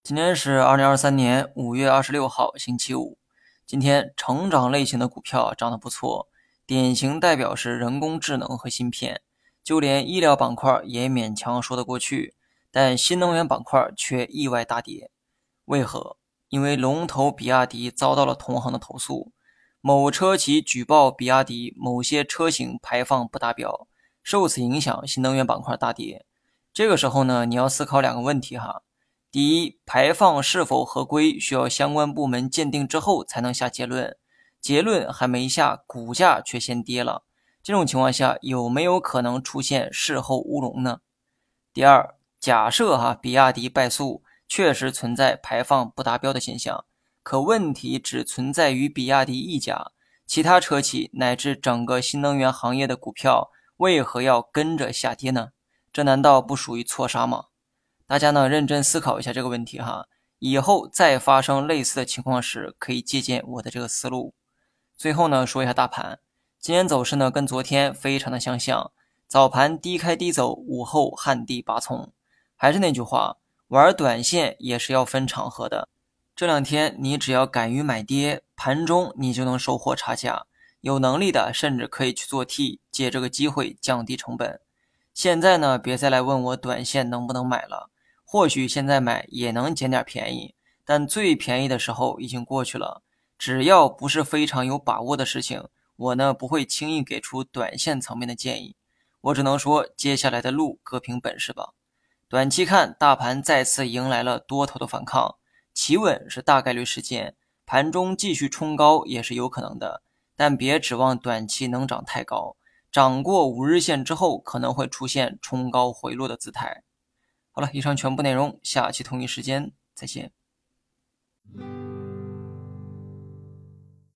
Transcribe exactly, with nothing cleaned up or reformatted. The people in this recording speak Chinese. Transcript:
今天是二零二三年五月二十六号，星期五。今天成长类型的股票涨得不错，典型代表是人工智能和芯片，就连医疗板块也勉强说得过去，但新能源板块却意外大跌。为何？因为龙头比亚迪遭到了同行的投诉，某车企举报比亚迪某些车型排放不达标，受此影响，新能源板块大跌。这个时候呢，你要思考两个问题哈。第一，排放是否合规需要相关部门鉴定之后才能下结论，结论还没下，股价却先跌了。这种情况下，有没有可能出现事后乌龙呢？第二，假设哈比亚迪败诉，确实存在排放不达标的现象，可问题只存在于比亚迪一家，其他车企乃至整个新能源行业的股票为何要跟着下跌呢？这难道不属于错杀吗？大家呢认真思考一下这个问题哈，以后再发生类似的情况时，可以借鉴我的这个思路。最后呢说一下大盘，今天走势呢跟昨天非常的相像，早盘低开低走，午后旱地拔葱。还是那句话，玩短线也是要分场合的。这两天你只要敢于买跌，盘中你就能收获差价，有能力的甚至可以去做 T， 借这个机会降低成本。现在呢别再来问我短线能不能买了，或许现在买也能捡点便宜，但最便宜的时候已经过去了。只要不是非常有把握的事情，我呢不会轻易给出短线层面的建议。我只能说接下来的路各凭本事吧。短期看，大盘再次迎来了多头的反抗，企稳是大概率事件，盘中继续冲高也是有可能的，但别指望短期能涨太高，涨过五日线之后可能会出现冲高回落的姿态。好了，以上全部内容，下期同一时间再见。